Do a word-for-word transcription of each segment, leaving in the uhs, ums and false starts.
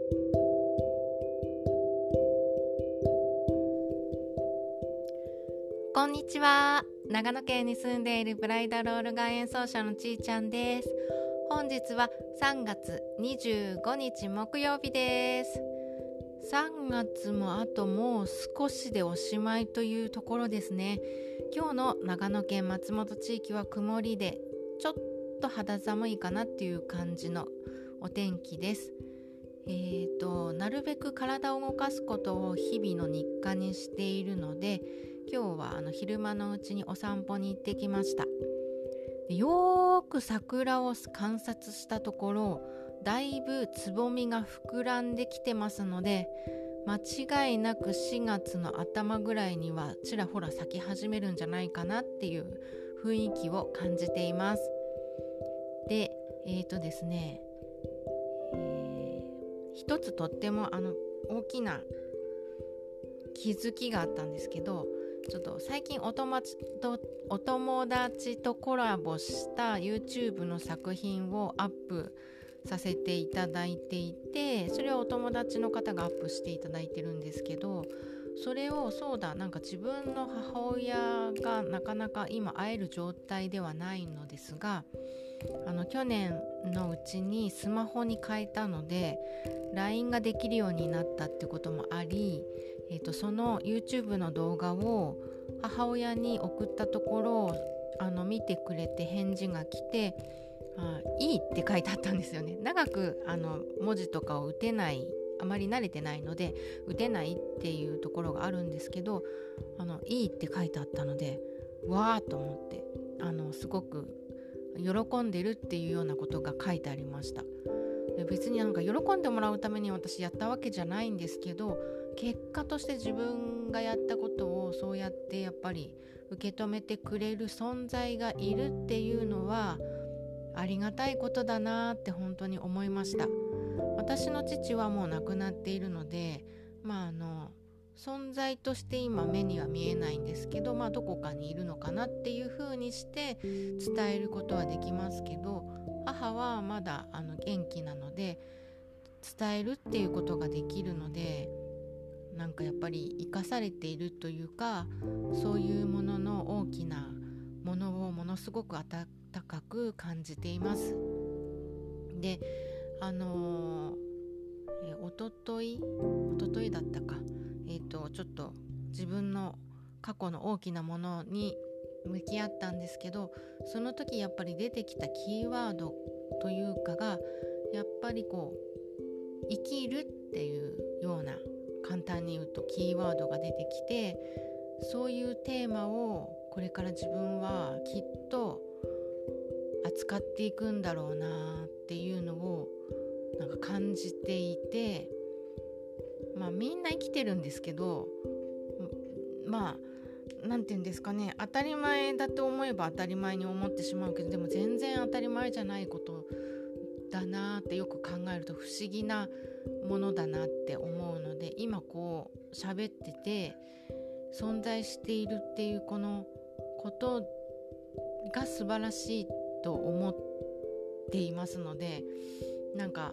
こんにちは。長野県に住んでいるブライダルオルガン演奏者のちーちゃんです。本日はさんがつにじゅうごにち木曜日です。さんがつもあともう少しでおしまいというところですね。今日の長野県松本地域は曇りでちょっと肌寒いかなっていう感じのお天気です。えーと、なるべく体を動かすことを日々の日課にしているので、今日はあの昼間のうちにお散歩に行ってきました。よーく桜を観察したところ、だいぶつぼみが膨らんできてますので、間違いなくしがつの頭ぐらいにはちらほら咲き始めるんじゃないかなっていう雰囲気を感じています。で、えーとですね、えー、一つとってもあの大きな気づきがあったんですけど、ちょっと最近お友達とお友達とコラボした YouTube の作品をアップさせていただいていて、それをお友達の方がアップしていただいてるんですけど、それをそうだなんか自分の母親がなかなか今会える状態ではないのですが、あの去年のうちにスマホに変えたので ライン ができるようになったってこともあり、えーと、その YouTube の動画を母親に送ったところ、あの見てくれて返事が来て、あいいって書いてあったんですよね。長くあの文字とかを打てない、あまり慣れてないので打てないっていうところがあるんですけど、あのいいって書いてあったので、わーと思って、あのすごく喜んでるっていうようなことが書いてありました。別になんか喜んでもらうために私やったわけじゃないんですけど、結果として自分がやったことをそうやってやっぱり受け止めてくれる存在がいるっていうのはありがたいことだなって本当に思いました。私の父はもう亡くなっているので、まああの存在として今目には見えないんですけど、まあどこかにいるのかなっていう風にして伝えることはできますけど、母はまだあの元気なので伝えるっていうことができるので、なんかやっぱり生かされているというか、そういうものの大きなものをものすごく温かく感じています。で、あのー、えおとといおとといだったか、えーとちょっと自分の過去の大きなものに向き合ったんですけど、その時やっぱり出てきたキーワードというかが、やっぱりこう生きるっていうような、簡単に言うとキーワードが出てきて、そういうテーマをこれから自分はきっと扱っていくんだろうなっていうのをなんか感じていて、まあみんな生きてるんですけど、まあなんていうんですかね、当たり前だと思えば当たり前に思ってしまうけど、でも全然当たり前じゃないことだなってよく考えると不思議なものだなって思うので、今こう喋ってて存在しているっていうこのことが素晴らしいと思っていますので、なんか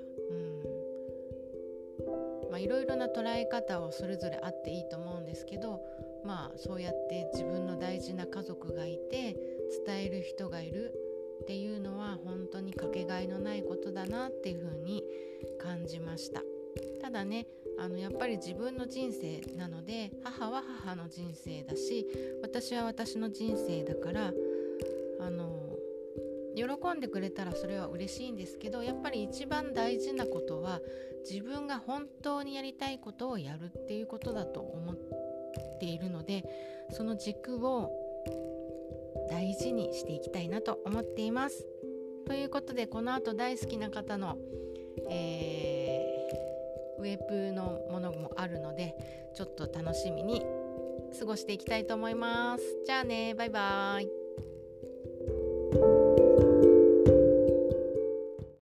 うんまあいろいろな捉え方をそれぞれあっていいと思うんですけど、まあそうやって自分の大事な家族がいて伝える人がいるっていうのは本当にかけがえのないことだなっていうふうに感じました。ただね、あのやっぱり自分の人生なので、母は母の人生だし、私は私の人生だから、あの喜んでくれたらそれは嬉しいんですけど、やっぱり一番大事なことは自分が本当にやりたいことをやるっていうことだと思っているので、その軸を大事にしていきたいなと思っています。ということで、この後大好きな方の、えー、ウェブのものもあるので、ちょっと楽しみに過ごしていきたいと思います。じゃあね、バイバイ。